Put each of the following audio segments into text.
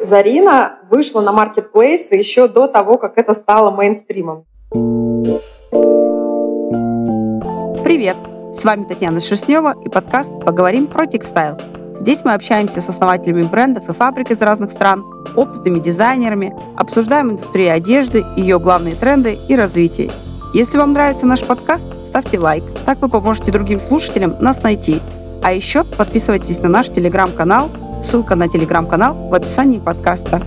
Зарина вышла на маркетплейсы еще до того, как это стало мейнстримом. Привет! С вами Татьяна Шерстнева и подкаст «Поговорим про текстайл». Здесь мы общаемся с основателями брендов и фабрик из разных стран, опытными дизайнерами, обсуждаем индустрию одежды, ее главные тренды и развитие. Если вам нравится наш подкаст, ставьте лайк. Так вы поможете другим слушателям нас найти. А еще подписывайтесь на наш телеграм-канал. Ссылка на телеграм-канал в описании подкаста.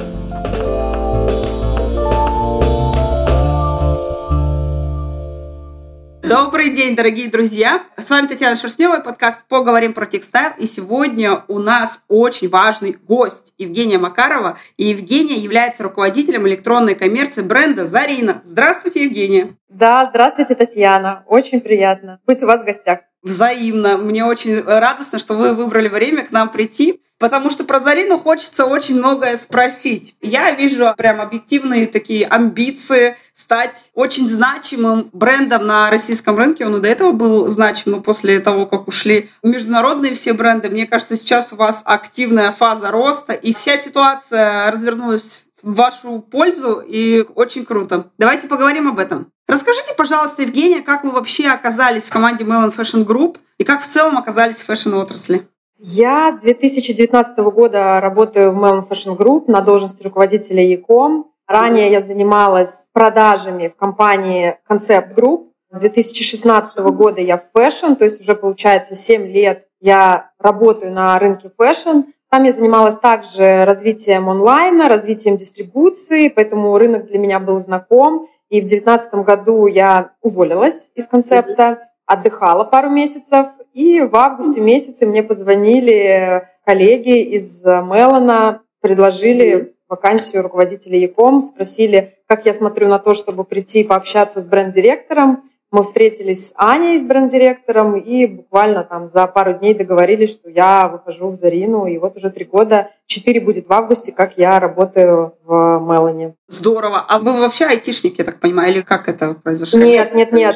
Добрый день, дорогие друзья! С вами Татьяна Шерстнева и подкаст «Поговорим про текстайл». И сегодня у нас очень важный гость Евгения Макарова. И Евгения является руководителем электронной коммерции бренда «Зарина». Здравствуйте, Евгения! Да, здравствуйте, Татьяна. Очень приятно быть у вас в гостях. Взаимно. Мне очень радостно, что вы выбрали время к нам прийти, потому что про Зарину хочется очень многое спросить. Я вижу прям объективные такие амбиции стать очень значимым брендом на российском рынке. Он и до этого был значим, но после того, как ушли международные все бренды, мне кажется, сейчас у вас активная фаза роста, и вся ситуация развернулась в вашу пользу, и очень круто. Давайте поговорим об этом. Расскажите, пожалуйста, Евгения, как вы вообще оказались в команде Melon Fashion Group и как в целом оказались в фэшн-отрасли? Я с 2019 года работаю в Melon Fashion Group на должности руководителя e-com. Ранее я занималась продажами в компании Concept Group. С 2016 года я в фэшн, то есть уже получается 7 лет я работаю на рынке фэшн. Там я занималась также развитием онлайна, развитием дистрибуции, поэтому рынок для меня был знаком. И в 2019 году я уволилась из концепта, отдыхала пару месяцев. И в августе месяце мне позвонили коллеги из Мелона, предложили вакансию руководителя e-com, спросили, как я смотрю на то, чтобы прийти пообщаться с бренд-директором. Мы встретились с Аней, с бренд-директором, и буквально там за пару дней договорились, что я выхожу в Зарину. И вот уже 3 года, 4 будет в августе, как я работаю в Мелоне. Здорово. А вы вообще айтишник, я так понимаю, или как это произошло? Нет.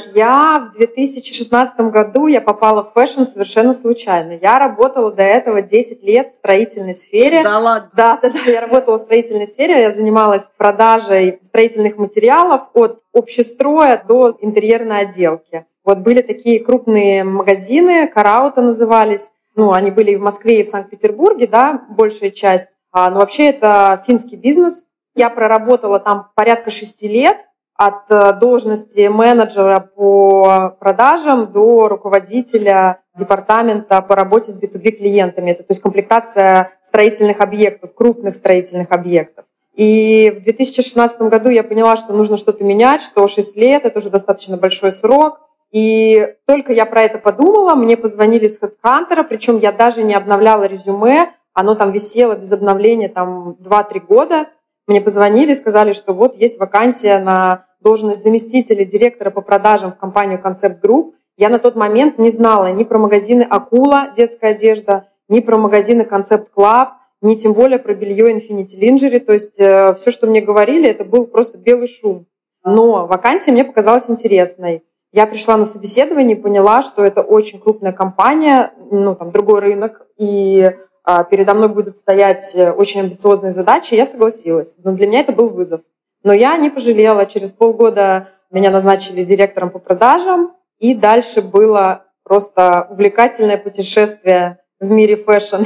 Я в 2016 году я попала в фэшн совершенно случайно. Я работала до этого 10 лет в строительной сфере. Да ладно? Да, я работала в строительной сфере. Я занималась продажей строительных материалов от общестроя до интерьерной отделки. Вот были такие крупные магазины, Караута назывались. Они были и в Москве, и в Санкт-Петербурге, да, большая часть. Но вообще это финский бизнес. Я проработала там порядка 6 лет, от должности менеджера по продажам до руководителя департамента по работе с B2B клиентами. Это то есть комплектация строительных объектов, крупных строительных объектов. И в 2016 году я поняла, что нужно что-то менять, что 6 лет — это уже достаточно большой срок. И только я про это подумала, мне позвонили с HeadHunter, причем я даже не обновляла резюме, оно там висело без обновления там 2-3 года. Мне позвонили, сказали, что вот есть вакансия на должность заместителя директора по продажам в компанию Concept Group. Я на тот момент не знала ни про магазины «Акула», детская одежда, ни про магазины Concept Club, ни тем более про белье Infinity Lingerie. То есть все, что мне говорили, это был просто белый шум. Но вакансия мне показалась интересной. Я пришла на собеседование и поняла, что это очень крупная компания, там другой рынок, и передо мной будут стоять очень амбициозные задачи, я согласилась. Но для меня это был вызов. Но я не пожалела. Через полгода меня назначили директором по продажам, и дальше было просто увлекательное путешествие в мире фэшн.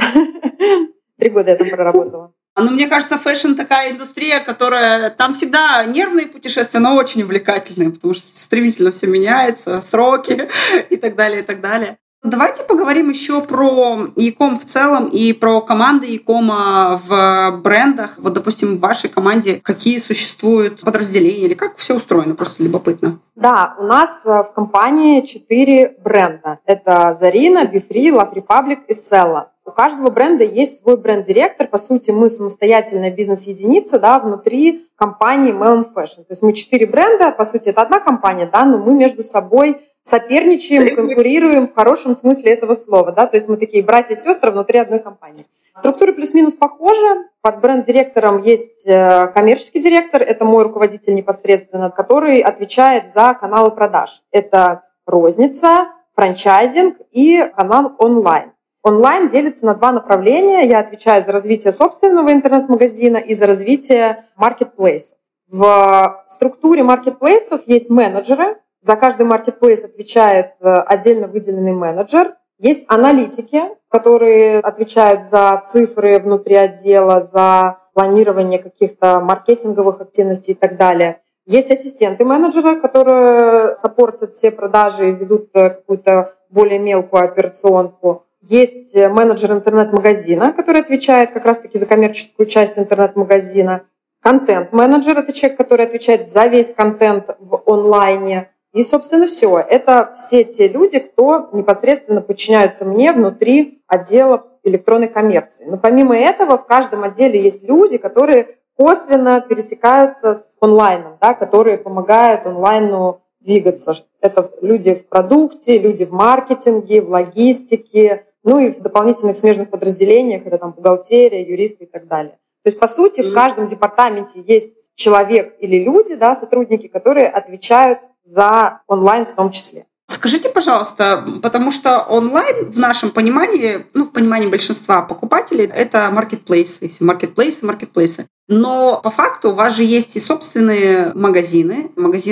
3 года я там проработала. Мне кажется, фэшн такая индустрия, которая там всегда нервные путешествия, но очень увлекательные, потому что стремительно все меняется, сроки и так далее, и так далее. Давайте поговорим еще про e-com в целом и про команды e-com в брендах. Вот, допустим, в вашей команде какие существуют подразделения или как все устроено? Просто любопытно. Да, у нас в компании 4 бренда. Это Зарина, BeFree, Love Republic и Sella. У каждого бренда есть свой бренд-директор. По сути, мы самостоятельная бизнес-единица, да, внутри компании Melon Fashion. То есть мы 4 бренда, по сути, это одна компания, да, но мы между собой соперничаем, конкурируем в хорошем смысле этого слова. Да? То есть мы такие братья и сестры внутри одной компании. Структура плюс-минус похожа. Под бренд-директором есть коммерческий директор, это мой руководитель непосредственно, который отвечает за каналы продаж. Это розница, франчайзинг и канал онлайн. Онлайн делится на два направления. Я отвечаю за развитие собственного интернет-магазина и за развитие маркетплейсов. В структуре маркетплейсов есть менеджеры. За каждый маркетплейс отвечает отдельно выделенный менеджер. Есть аналитики, которые отвечают за цифры внутри отдела, за планирование каких-то маркетинговых активностей и так далее. Есть ассистенты менеджера, которые саппортят все продажи и ведут какую-то более мелкую операционку. Есть менеджер интернет-магазина, который отвечает как раз-таки за коммерческую часть интернет-магазина. Контент-менеджер — это человек, который отвечает за весь контент в онлайне. И, собственно, все. Это все те люди, кто непосредственно подчиняются мне внутри отдела электронной коммерции. Но помимо этого в каждом отделе есть люди, которые косвенно пересекаются с онлайном, да, которые помогают онлайну двигаться. Это люди в продукте, люди в маркетинге, в логистике, ну и в дополнительных смежных подразделениях, это там бухгалтерия, юристы и так далее. То есть, по сути, в каждом департаменте есть человек или люди, да, сотрудники, которые отвечают за онлайн в том числе. Скажите, пожалуйста, потому что онлайн в нашем понимании, в понимании большинства покупателей, это маркетплейсы. Но по факту у вас же есть и собственные магазины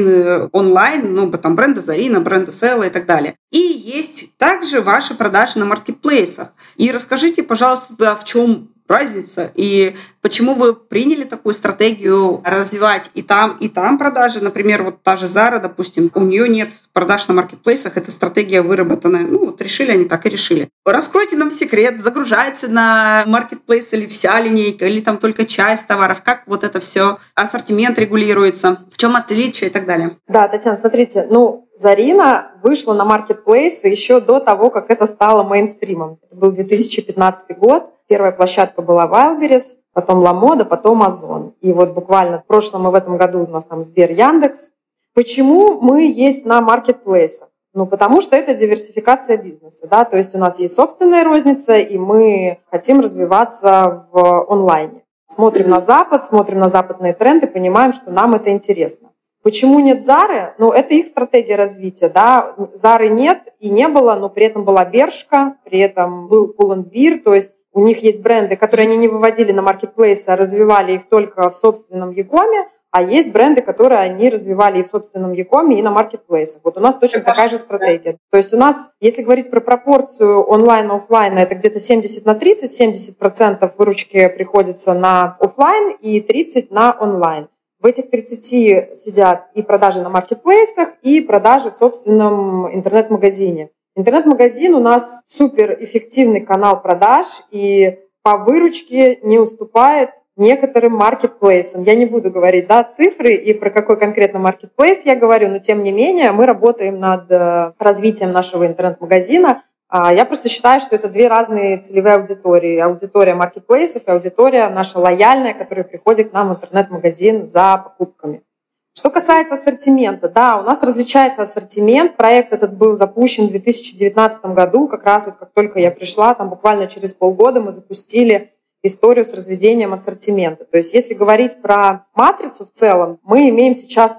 онлайн, там бренда Зарина, бренда Села и так далее. И есть также ваши продажи на маркетплейсах. И расскажите, пожалуйста, в чем разница и почему вы приняли такую стратегию развивать и там продажи. Например, вот та же Zara, допустим, у нее нет продаж на маркетплейсах, эта стратегия выработанная. Решили они так и решили. Раскройте нам секрет, загружается на маркетплейс или вся линейка, или там только часть товаров, как вот это все, ассортимент регулируется, в чем отличие и так далее. Да, Татьяна, смотрите, Зарина вышла на маркетплейсы еще до того, как это стало мейнстримом. Это был 2015 год. Первая площадка была Wildberries, потом Ламода, потом Озон. И вот буквально в прошлом и в этом году у нас там Сбер, Яндекс. Почему мы есть на маркетплейсах? Потому что это диверсификация бизнеса. Да? То есть у нас есть собственная розница, и мы хотим развиваться в онлайне. Смотрим на Запад, смотрим на западные тренды, понимаем, что нам это интересно. Почему нет Зары? Это их стратегия развития. Да? Зары нет и не было, но при этом была Бершка, при этом был Pull&Bear, то есть у них есть бренды, которые они не выводили на маркетплейсы, а развивали их только в собственном e-коме, а есть бренды, которые они развивали и в собственном e-коме, и на маркетплейсах. Вот у нас точно такая же стратегия. То есть у нас, если говорить про пропорцию онлайн-офлайна, это где-то 70/30, 70% выручки приходится на офлайн и 30% на онлайн. В этих 30 сидят и продажи на маркетплейсах, и продажи в собственном интернет-магазине. Интернет-магазин у нас суперэффективный канал продаж и по выручке не уступает некоторым маркетплейсам. Я не буду говорить цифры и про какой конкретно маркетплейс я говорю, но тем не менее мы работаем над развитием нашего интернет-магазина. Я просто считаю, что это две разные целевые аудитории. Аудитория маркетплейсов и аудитория наша лояльная, которая приходит к нам в интернет-магазин за покупками. Что касается ассортимента, да, у нас различается ассортимент. Проект этот был запущен в 2019 году. Как раз как только я пришла, там буквально через полгода мы запустили историю с разведением ассортимента. То есть если говорить про матрицу в целом, мы имеем сейчас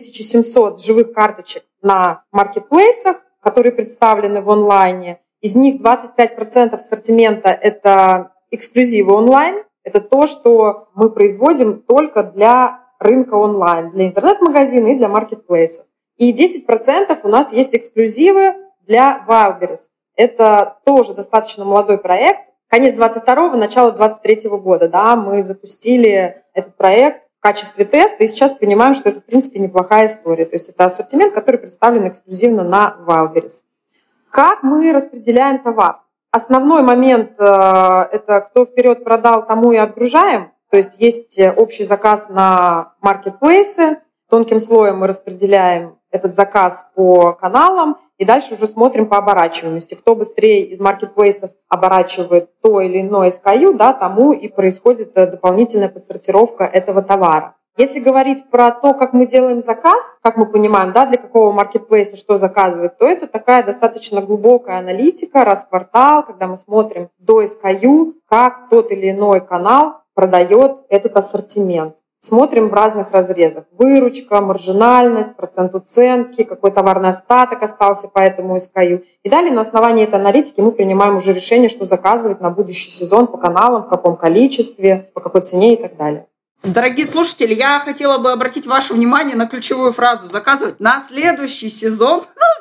2700 живых карточек на маркетплейсах, которые представлены в онлайне. Из них 25% ассортимента — это эксклюзивы онлайн. Это то, что мы производим только для рынка онлайн, для интернет-магазина и для маркетплейсов. И 10% у нас есть эксклюзивы для Wildberries. Это тоже достаточно молодой проект. Конец 22-го, начало 23-го года. Да, мы запустили этот проект в качестве теста и сейчас понимаем, что это, в принципе, неплохая история. То есть это ассортимент, который представлен эксклюзивно на Wildberries. Как мы распределяем товар? Основной момент – это кто вперед продал, тому и отгружаем. То есть есть общий заказ на маркетплейсы. Тонким слоем мы распределяем этот заказ по каналам и дальше уже смотрим по оборачиваемости. Кто быстрее из маркетплейсов оборачивает то или иное SKU, да, тому и происходит дополнительная подсортировка этого товара. Если говорить про то, как мы делаем заказ, как мы понимаем, да, для какого маркетплейса что заказывать, то это такая достаточно глубокая аналитика раз в квартал, когда мы смотрим до SKU, как тот или иной канал продает этот ассортимент. смотрим в разных разрезах. Выручка, маржинальность, процент уценки, какой товарный остаток остался по этому SKU. И далее на основании этой аналитики мы принимаем уже решение, что заказывать на будущий сезон, по каналам, в каком количестве, по какой цене и так далее. Дорогие слушатели, я хотела бы обратить ваше внимание на ключевую фразу «заказывать на следующий сезон».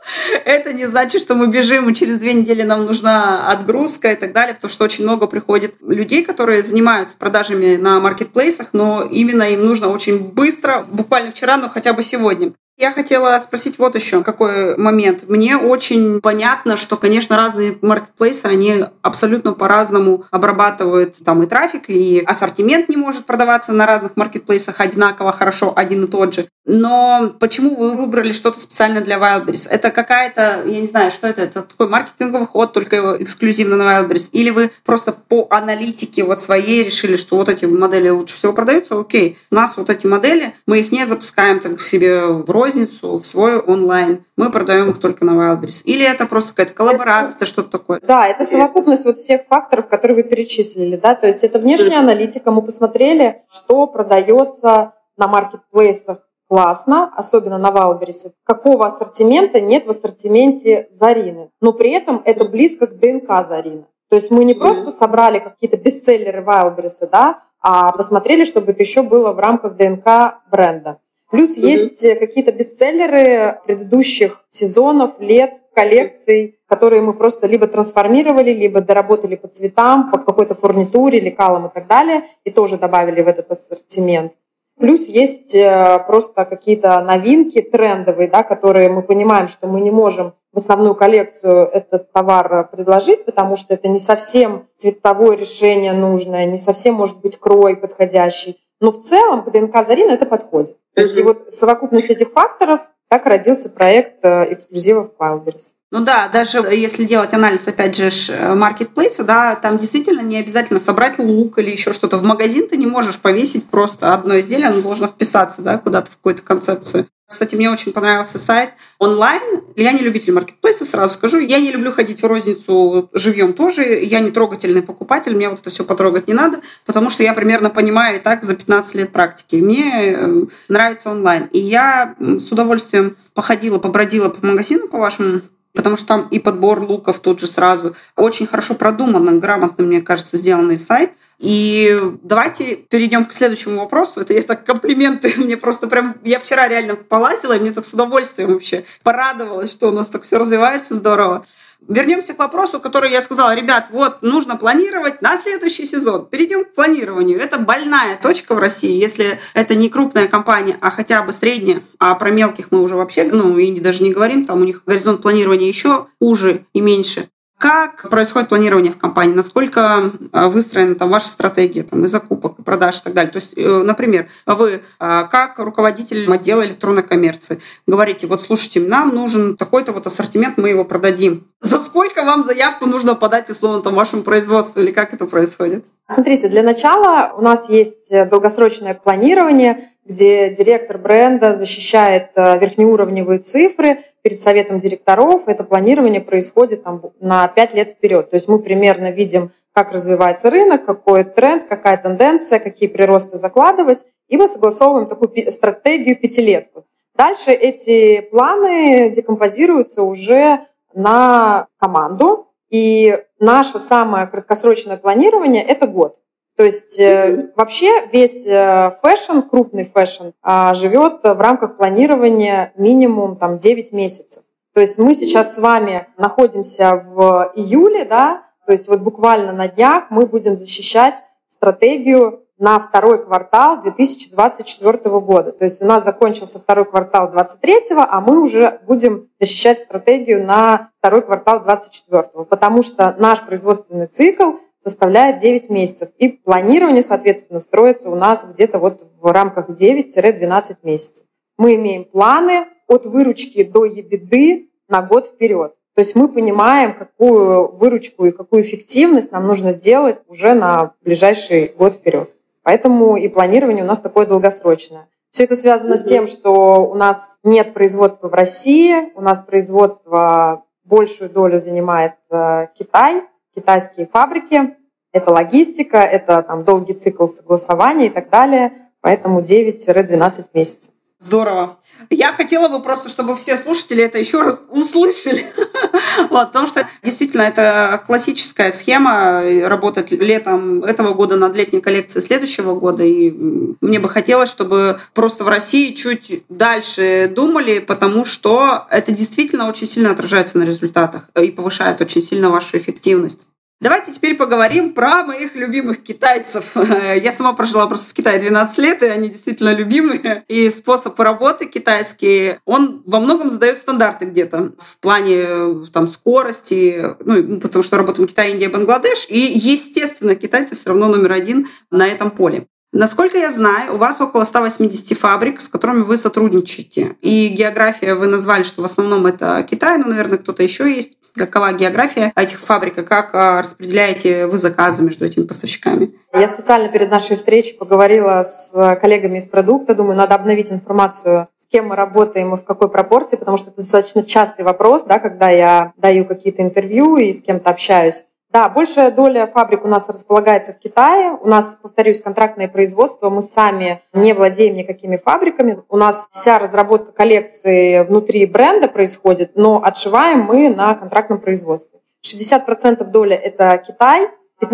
Это не значит, что мы бежим, и через 2 недели нам нужна отгрузка и так далее, потому что очень много приходит людей, которые занимаются продажами на маркетплейсах, но именно им нужно очень быстро, буквально вчера, но хотя бы сегодня. Я хотела спросить вот еще какой момент. Мне очень понятно, что, конечно, разные маркетплейсы, они абсолютно по-разному обрабатывают там и трафик, и ассортимент не может продаваться на разных маркетплейсах одинаково хорошо, один и тот же. Но почему вы выбрали что-то специально для Wildberries? Это какая-то, я не знаю, что это такой маркетинговый ход, только эксклюзивно на Wildberries? Или вы просто по аналитике вот своей решили, что вот эти модели лучше всего продаются? Окей, у нас вот эти модели, мы их не запускаем так себе в розницу, в свой онлайн. Мы продаем их только на Wildberries. Или это просто какая-то коллаборация, это что-то такое? Да, это совокупность вот всех факторов, которые вы перечислили. Да? То есть это внешняя аналитика. Мы посмотрели, что продается на маркетплейсах классно, особенно на Wildberries. Какого ассортимента нет в ассортименте Зарины. Но при этом это близко к ДНК Зарины. То есть мы не просто собрали какие-то бестселлеры Wildberries, да, а посмотрели, чтобы это еще было в рамках ДНК бренда. Плюс есть какие-то бестселлеры предыдущих сезонов, лет, коллекций, которые мы просто либо трансформировали, либо доработали по цветам, по какой-то фурнитуре, лекалам и так далее, и тоже добавили в этот ассортимент. Плюс есть просто какие-то новинки трендовые, да, которые мы понимаем, что мы не можем в основную коллекцию этот товар предложить, потому что это не совсем цветовое решение нужное, не совсем может быть крой подходящий. Но в целом к ДНК Зарины это подходит. То есть и вот совокупность этих факторов, так родился проект эксклюзивов Wildberries. Ну да, даже если делать анализ, опять же, маркетплейса, да, там действительно не обязательно собрать лук или еще что-то. В магазин ты не можешь повесить просто одно изделие, оно должно вписаться, да, куда-то в какую-то концепцию. Кстати, мне очень понравился сайт онлайн. Я не любитель маркетплейсов, сразу скажу. Я не люблю ходить в розницу живьем тоже. Я не трогательный покупатель, мне вот это все потрогать не надо, потому что я примерно понимаю и так за 15 лет практики. Мне нравится онлайн. И я с удовольствием походила, побродила по магазинам, по вашему, потому что там и подбор луков тут же сразу. Очень хорошо продуманно, грамотно, мне кажется, сделанный сайт. И давайте перейдем к следующему вопросу. Это так комплименты. Мне просто прям... Я вчера реально полазила, и мне так с удовольствием вообще порадовалась, что у нас так все развивается здорово. Вернемся к вопросу, который я сказала. Ребят, вот нужно планировать на следующий сезон. Перейдем к планированию. Это больная точка в России. Если это не крупная компания, а хотя бы средняя, а про мелких мы уже вообще, и даже не говорим, там у них горизонт планирования еще уже и меньше. Как происходит планирование в компании? Насколько выстроена там ваша стратегия там, и закупок, и продаж и так далее? То есть, например, вы как руководитель отдела электронной коммерции говорите, вот слушайте, нам нужен такой-то вот ассортимент, мы его продадим. За сколько вам заявку нужно подать условно там вашему производству или как это происходит? Смотрите, для начала у нас есть долгосрочное планирование, где директор бренда защищает верхнеуровневые цифры перед советом директоров. Это планирование происходит там, на 5 лет вперед. То есть мы примерно видим, как развивается рынок, какой тренд, какая тенденция, какие приросты закладывать. И мы согласовываем такую стратегию 5-летку. Дальше эти планы декомпозируются уже на команду. И наше самое краткосрочное планирование – это год. То есть вообще весь фэшн, крупный фэшн, живет в рамках планирования минимум 9 месяцев. То есть мы сейчас с вами находимся в июле, да, то есть вот буквально на днях мы будем защищать стратегию на второй квартал 2024 года. То есть у нас закончился второй квартал 2023, а мы уже будем защищать стратегию на второй квартал 2024, потому что наш производственный цикл составляет 9 месяцев. И планирование, соответственно, строится у нас где-то вот в рамках 9-12 месяцев. Мы имеем планы от выручки до EBITDA на год вперед. То есть мы понимаем, какую выручку и какую эффективность нам нужно сделать уже на ближайший год вперед. Поэтому и планирование у нас такое долгосрочное. Все это связано с тем, что у нас нет производства в России, у нас производство большую долю занимает Китай, китайские фабрики, это логистика, это долгий цикл согласования и так далее. Поэтому 9-12 месяцев. Здорово. Я хотела бы просто, чтобы все слушатели это еще раз услышали. Потому что действительно это классическая схема работать летом этого года над летней коллекцией следующего года. И мне бы хотелось, чтобы просто в России чуть дальше думали, потому что это действительно очень сильно отражается на результатах и повышает очень сильно вашу эффективность. Давайте теперь поговорим про моих любимых китайцев. Я сама прожила просто в Китае 12 лет, и они действительно любимые. И способ работы китайский, он во многом задает стандарты где-то в плане там, скорости, потому что работаем в Китае, Индия, Бангладеш. И, естественно, китайцы все равно номер один на этом поле. Насколько я знаю, у вас около 180 фабрик, с которыми вы сотрудничаете. И география вы назвали, что в основном это Китай, но, наверное, кто-то еще есть. Какова география этих фабрик, и как распределяете вы заказы между этими поставщиками? Я специально перед нашей встречей поговорила с коллегами из продукта. Думаю, надо обновить информацию, с кем мы работаем и в какой пропорции, потому что это достаточно частый вопрос, да, когда я даю какие-то интервью и с кем-то общаюсь. Да, большая доля фабрик у нас располагается в Китае. У нас, повторюсь, контрактное производство. Мы сами не владеем никакими фабриками. У нас вся разработка коллекции внутри бренда происходит, но отшиваем мы на контрактном производстве. 60% доля — это Китай,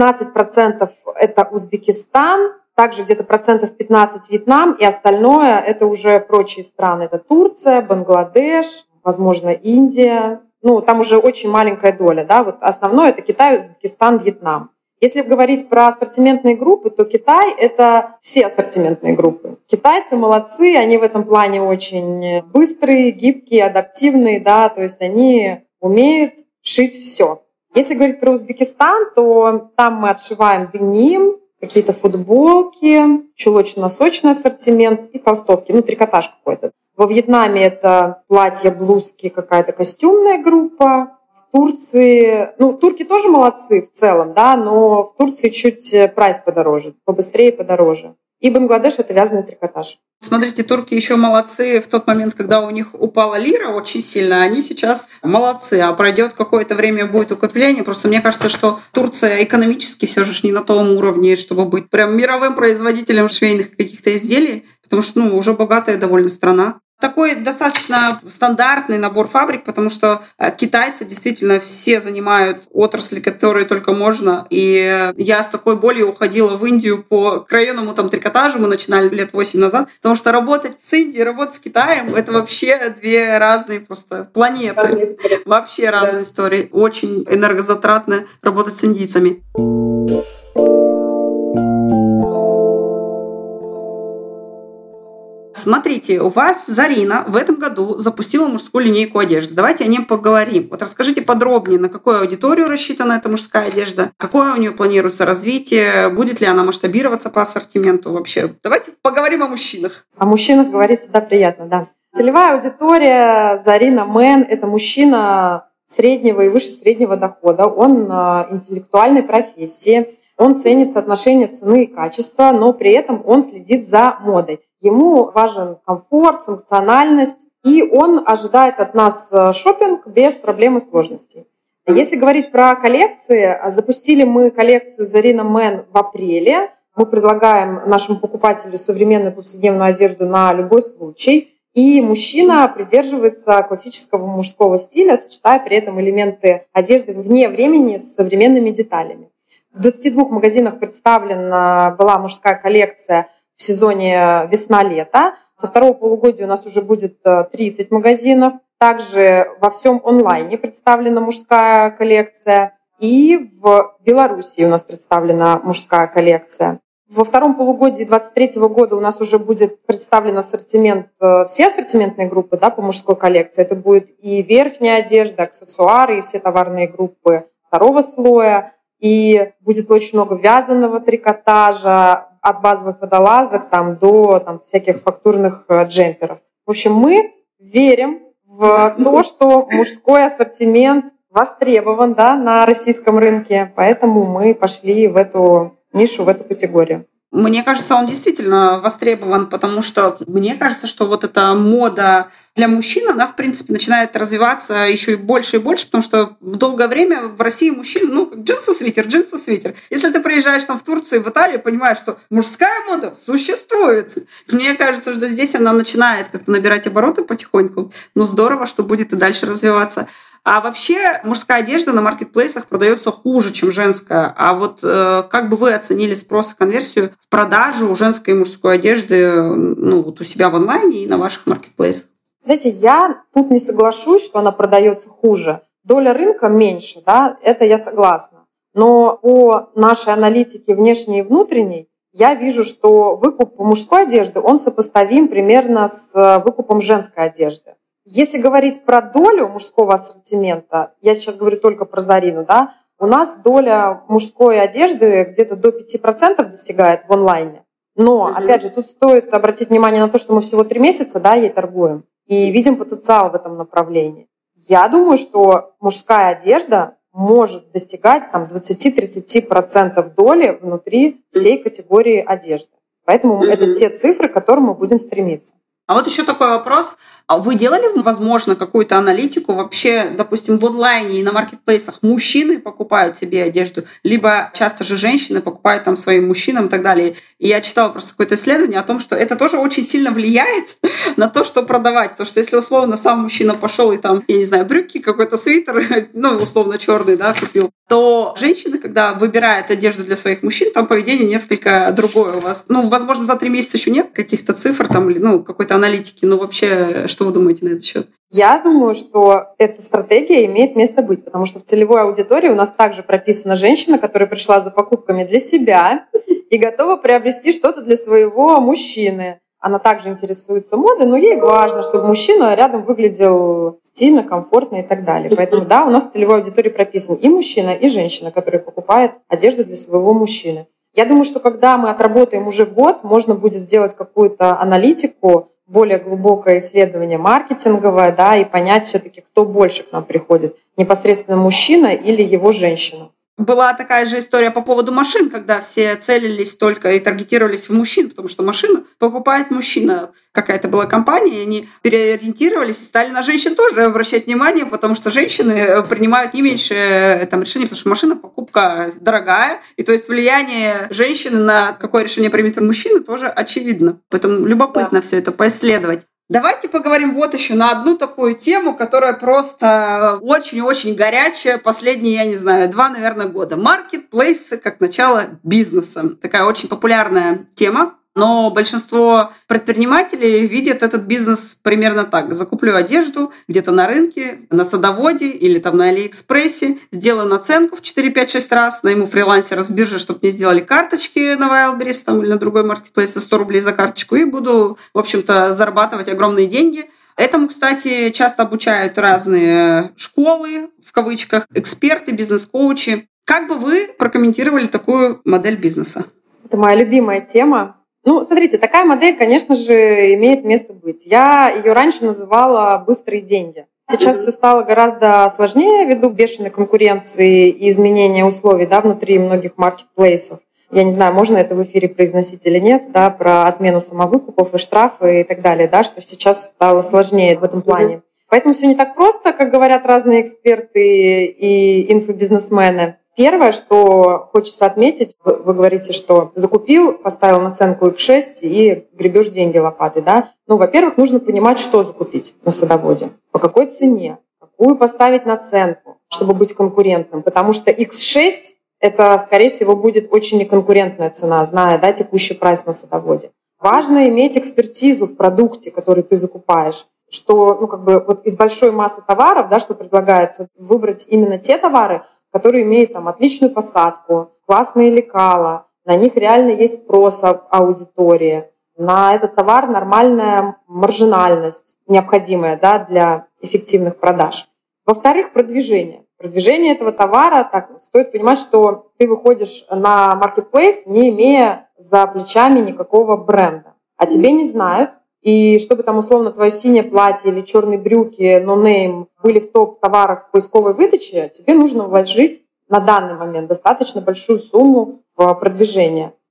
15% — это Узбекистан, также где-то 15% Вьетнам, и остальное — это уже прочие страны. Это Турция, Бангладеш, возможно, Индия. Там уже очень маленькая доля, да, вот основное — это Китай, Узбекистан, Вьетнам. Если говорить про ассортиментные группы, то Китай — это все ассортиментные группы. Китайцы молодцы, они в этом плане очень быстрые, гибкие, адаптивные, да, то есть они умеют шить все. Если говорить про Узбекистан, то там мы отшиваем деним, какие-то футболки, чулочно-носочный ассортимент и толстовки, трикотаж какой-то. Во Вьетнаме это платья, блузки, какая-то костюмная группа. В Турции, турки тоже молодцы в целом, да, но в Турции чуть прайс подороже, побыстрее, подороже. И Бангладеш — это вязаный трикотаж. Смотрите, турки еще молодцы в тот момент, когда у них упала лира очень сильно, они сейчас молодцы, а пройдет какое-то время, будет укрепление. Просто мне кажется, что Турция экономически все же не на том уровне, чтобы быть прям мировым производителем швейных каких-то изделий, потому что уже богатая довольно страна. Такой достаточно стандартный набор фабрик, потому что китайцы действительно все занимают отрасли, которые только можно. И я с такой болью уходила в Индию по крайонному трикотажу. Мы начинали лет 8 назад, потому что работать с Индией, работать с Китаем — это вообще две разные просто планеты. Вообще разные истории. Очень энергозатратно работать с индийцами. Смотрите, у вас Зарина в этом году запустила мужскую линейку одежды. Давайте о ней поговорим. Вот расскажите подробнее, на какую аудиторию рассчитана эта мужская одежда, какое у нее планируется развитие, будет ли она масштабироваться по ассортименту вообще. Давайте поговорим о мужчинах. О мужчинах говорить всегда приятно, да. Целевая аудитория Зарина Мэн — это мужчина среднего и выше среднего дохода. Он интеллектуальной профессии, он ценит соотношение цены и качества, но при этом он следит за модой. Ему важен комфорт, функциональность, и он ожидает от нас шопинг без проблем и сложностей. Если говорить про коллекции, запустили мы коллекцию Zarina Men в апреле. Мы предлагаем нашему покупателю современную повседневную одежду на любой случай. И мужчина придерживается классического мужского стиля, сочетая при этом элементы одежды вне времени с современными деталями. В 22 магазинах представлена была мужская коллекция в сезоне весна-лето. Со второго полугодия у нас уже будет 30 магазинов. Также во всем онлайне представлена мужская коллекция. И в Беларуси у нас представлена мужская коллекция. Во втором полугодии 2023 года у нас уже будет представлен ассортимент, все ассортиментные группы, да, по мужской коллекции. Это будет и верхняя одежда, аксессуары, и все товарные группы второго слоя. И будет очень много вязаного трикотажа, от базовых водолазок до всяких фактурных джемперов. В общем, мы верим в то, что мужской ассортимент востребован, да, на российском рынке, поэтому мы пошли в эту нишу, в эту категорию. Мне кажется, он действительно востребован, потому что мне кажется, что вот эта мода для мужчин, она, в принципе, начинает развиваться еще и больше, потому что в долгое время в России мужчин, как джинсы-свитер. Если ты приезжаешь там в Турцию, в Италию, понимаешь, что мужская мода существует. Мне кажется, что здесь она начинает как-то набирать обороты потихоньку. Но здорово, что будет и дальше развиваться. А вообще мужская одежда на маркетплейсах продается хуже, чем женская. А вот как бы вы оценили спрос и конверсию в продажу женской и мужской одежды у себя в онлайне и на ваших маркетплейсах? Знаете, я тут не соглашусь, что она продается хуже. Доля рынка меньше, да, это я согласна. Но по нашей аналитике внешней и внутренней я вижу, что выкуп мужской одежды, он сопоставим примерно с выкупом женской одежды. Если говорить про долю мужского ассортимента, я сейчас говорю только про Зарину, да, у нас доля мужской одежды где-то до 5% достигает в онлайне. Но, опять же, тут стоит обратить внимание на то, что мы всего 3 месяца, да, ей торгуем, и видим потенциал в этом направлении. Я думаю, что мужская одежда может достигать 20-30% доли внутри всей категории одежды. Поэтому это те цифры, к которым мы будем стремиться. А вот еще такой вопрос. Вы делали, возможно, какую-то аналитику вообще, допустим, в онлайне и на маркетплейсах мужчины покупают себе одежду, либо часто же женщины покупают там своим мужчинам и так далее. И я читала просто какое-то исследование о том, что это тоже очень сильно влияет на то, что продавать. Потому что если условно сам мужчина пошел и там, я не знаю, брюки, какой-то свитер, условно черный, да, купил, то женщины, когда выбирают одежду для своих мужчин, там поведение несколько другое у вас. Возможно, за 3 месяца еще нет каких-то цифр там, или какой-то аналитики, но вообще, что вы думаете на этот счет? Я думаю, что эта стратегия имеет место быть, потому что в целевой аудитории у нас также прописана женщина, которая пришла за покупками для себя и готова приобрести что-то для своего мужчины. Она также интересуется модой, но ей важно, чтобы мужчина рядом выглядел стильно, комфортно и так далее. Поэтому, да, у нас в целевой аудитории прописан и мужчина, и женщина, которая покупает одежду для своего мужчины. Я думаю, что когда мы отработаем уже год, можно будет сделать какую-то аналитику, более глубокое исследование маркетинговое, да, и понять все-таки, кто больше к нам приходит, непосредственно мужчина или его женщина. Была такая же история по поводу машин, когда все целились только и таргетировались в мужчин, потому что машину покупает мужчина. Какая-то была компания, и они переориентировались и стали на женщин тоже обращать внимание, потому что женщины принимают не меньше решений, потому что машина покупка дорогая, и то есть влияние женщины на какое решение примет мужчина тоже очевидно. Поэтому любопытно все это поисследовать. Давайте поговорим вот еще на одну такую тему, которая просто очень-очень горячая последние, 2, наверное, года. Маркетплейсы как начало бизнеса. Такая очень популярная тема. Но большинство предпринимателей видят этот бизнес примерно так. Закуплю одежду где-то на рынке, на садоводе или там на Алиэкспрессе, сделаю наценку в 4, 5, 6 раз, найму фрилансера с биржи, чтобы мне сделали карточки на Wildberries там, или на другой маркетплейс за 100 рублей за карточку, и буду, в общем-то, зарабатывать огромные деньги. Этому, кстати, часто обучают разные школы, в кавычках, эксперты, бизнес-коучи. Как бы вы прокомментировали такую модель бизнеса? Это моя любимая тема. Смотрите, такая модель, конечно же, имеет место быть. Я ее раньше называла «быстрые деньги». Сейчас все стало гораздо сложнее ввиду бешеной конкуренции и изменения условий, да, внутри многих маркетплейсов. Я не знаю, можно это в эфире произносить или нет, да, про отмену самовыкупов и штрафы и так далее, да, что сейчас стало сложнее в этом плане. Поэтому все не так просто, как говорят разные эксперты и инфобизнесмены. Первое, что хочется отметить, вы говорите, что закупил, поставил наценку X6 и гребешь деньги лопатой, да? Во-первых, нужно понимать, что закупить на садоводе, по какой цене, какую поставить наценку, чтобы быть конкурентным, потому что X6 это, скорее всего, будет очень неконкурентная цена, зная, да, текущий прайс на садоводе. Важно иметь экспертизу в продукте, который ты закупаешь, что, вот из большой массы товаров, да, что предлагается, выбрать именно те товары, которые имеют там отличную посадку, классные лекала, на них реально есть спрос аудитории, на этот товар нормальная маржинальность, необходимая, да, для эффективных продаж. Во-вторых, продвижение. Продвижение этого товара, стоит понимать, что ты выходишь на маркетплейс, не имея за плечами никакого бренда, а тебе не знают. И чтобы там условно твое синее платье или черные брюки, no-name, были в топ-товарах в поисковой выдаче, тебе нужно вложить на данный момент достаточно большую сумму в продвижение.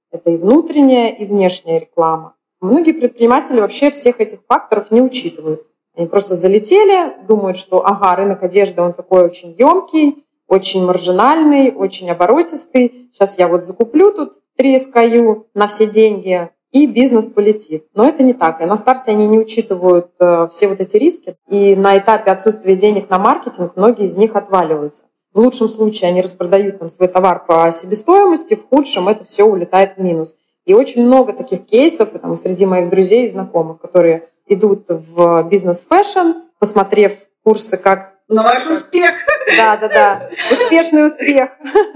Это и внутренняя, и внешняя реклама. Многие предприниматели вообще всех этих факторов не учитывают. Они просто залетели, думают, что рынок одежды, он такой очень емкий, очень маржинальный, очень оборотистый. Сейчас я закуплю тут 3 SKU на все деньги, и бизнес полетит. Но это не так. И на старте они не учитывают все эти риски. И на этапе отсутствия денег на маркетинг многие из них отваливаются. В лучшем случае они распродают свой товар по себестоимости, в худшем это все улетает в минус. И очень много таких кейсов и среди моих друзей и знакомых, которые идут в бизнес-фэшн, посмотрев курсы как... Наш успех! Да. Успешный успех.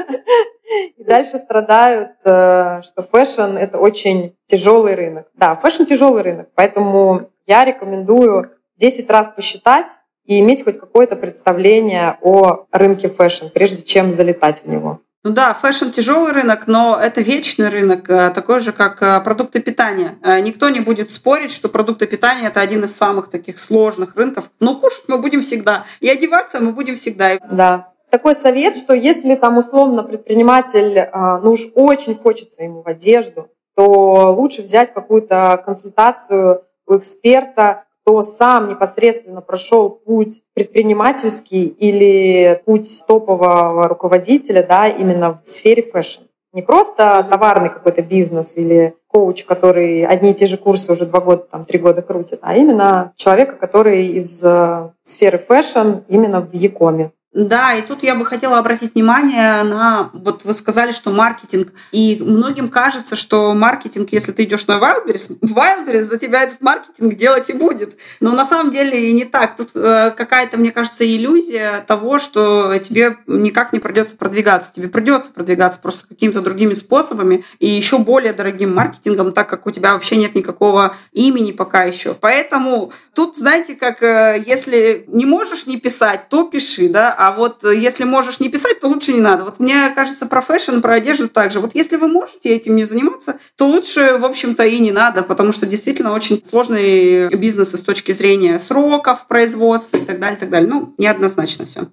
И дальше страдают, что фэшн — это очень тяжелый рынок. Да, фэшн — тяжелый рынок, поэтому я рекомендую 10 раз посчитать и иметь хоть какое-то представление о рынке фэшн, прежде чем залетать в него. Ну да, фэшн тяжелый рынок, но это вечный рынок, такой же, как продукты питания. Никто не будет спорить, что продукты питания — это один из самых таких сложных рынков. Но кушать мы будем всегда, и одеваться мы будем всегда. Да. Такой совет, что если условно предприниматель, уж очень хочется ему в одежду, то лучше взять какую-то консультацию у эксперта, кто сам непосредственно прошел путь предпринимательский или путь топового руководителя, именно в сфере фэшн. Не просто товарный какой-то бизнес или коуч, который одни и те же курсы уже 2 года, 3 года крутит, а именно человека, который из сферы фэшн именно в Якоме. Да, и тут я бы хотела обратить внимание на... вы сказали, что маркетинг. И многим кажется, что маркетинг, если ты идешь на Wildberries за тебя этот маркетинг делать и будет. Но на самом деле и не так. Тут какая-то, мне кажется, иллюзия того, что тебе никак не придется продвигаться. Тебе придется продвигаться просто какими-то другими способами и еще более дорогим маркетингом, так как у тебя вообще нет никакого имени пока еще. Поэтому тут, знаете, как если не можешь не писать, то пиши, да. А если можешь не писать, то лучше не надо. Мне кажется, про фэшн, про одежду также. Если вы можете этим не заниматься, то лучше, в общем-то, и не надо, потому что действительно очень сложный бизнес с точки зрения сроков производства и так далее, так далее. Неоднозначно все.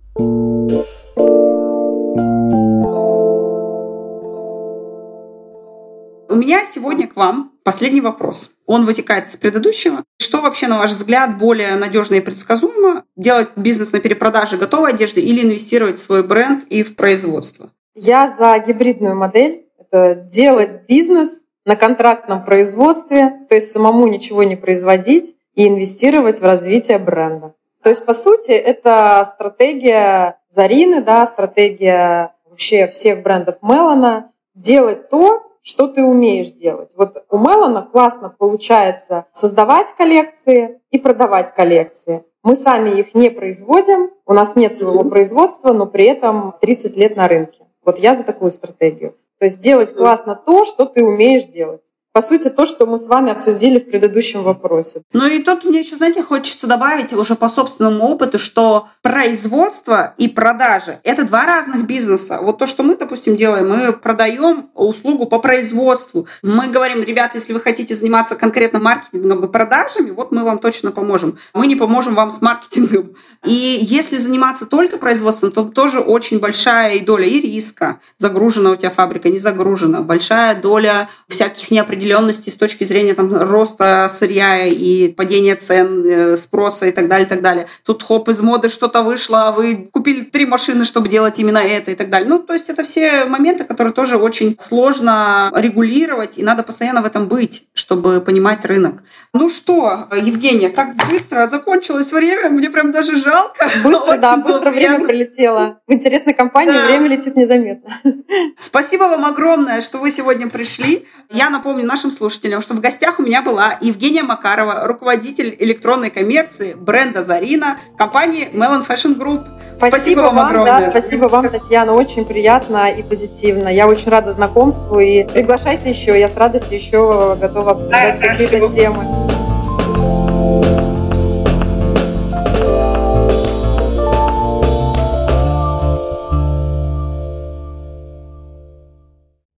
У меня сегодня к вам последний вопрос. Он вытекает из предыдущего. Что вообще, на ваш взгляд, более надежно и предсказуемо? Делать бизнес на перепродаже готовой одежды или инвестировать в свой бренд и в производство? Я за гибридную модель. Это делать бизнес на контрактном производстве, то есть самому ничего не производить и инвестировать в развитие бренда. То есть, по сути, это стратегия Зарины, стратегия вообще всех брендов Мелана. Делать то, что ты умеешь делать. У Мелана классно получается создавать коллекции и продавать коллекции. Мы сами их не производим, у нас нет своего производства, но при этом 30 лет на рынке. Я за такую стратегию. То есть делать классно то, что ты умеешь делать. По сути, то, что мы с вами обсудили в предыдущем вопросе. И тут мне еще, хочется добавить уже по собственному опыту, что производство и продажи — это 2 разных бизнеса. То, что мы, допустим, делаем, мы продаем услугу по производству. Мы говорим: ребята, если вы хотите заниматься конкретно маркетингом и продажами, мы вам точно поможем. Мы не поможем вам с маркетингом. И если заниматься только производством, то тоже очень большая доля и риска. Загружена у тебя фабрика, не загружена. Большая доля всяких неопределенностей с точки зрения роста сырья и падения цен, спроса и так далее, и так далее. Тут из моды что-то вышло, а вы купили 3 машины, чтобы делать именно это и так далее. То есть это все моменты, которые тоже очень сложно регулировать, и надо постоянно в этом быть, чтобы понимать рынок. Что, Евгения, так быстро закончилось время, мне прям даже жалко. Быстро время пролетело. В интересной компании время летит незаметно. Спасибо вам огромное, что вы сегодня пришли. Я напомню нашим слушателям, что в гостях у меня была Евгения Макарова, руководитель электронной коммерции бренда Зарина, компании Melon Fashion Group. Спасибо вам огромное. Спасибо вам, Татьяна. Очень приятно и позитивно. Я очень рада знакомству. И приглашайте еще. Я с радостью еще готова обсуждать какие-то темы.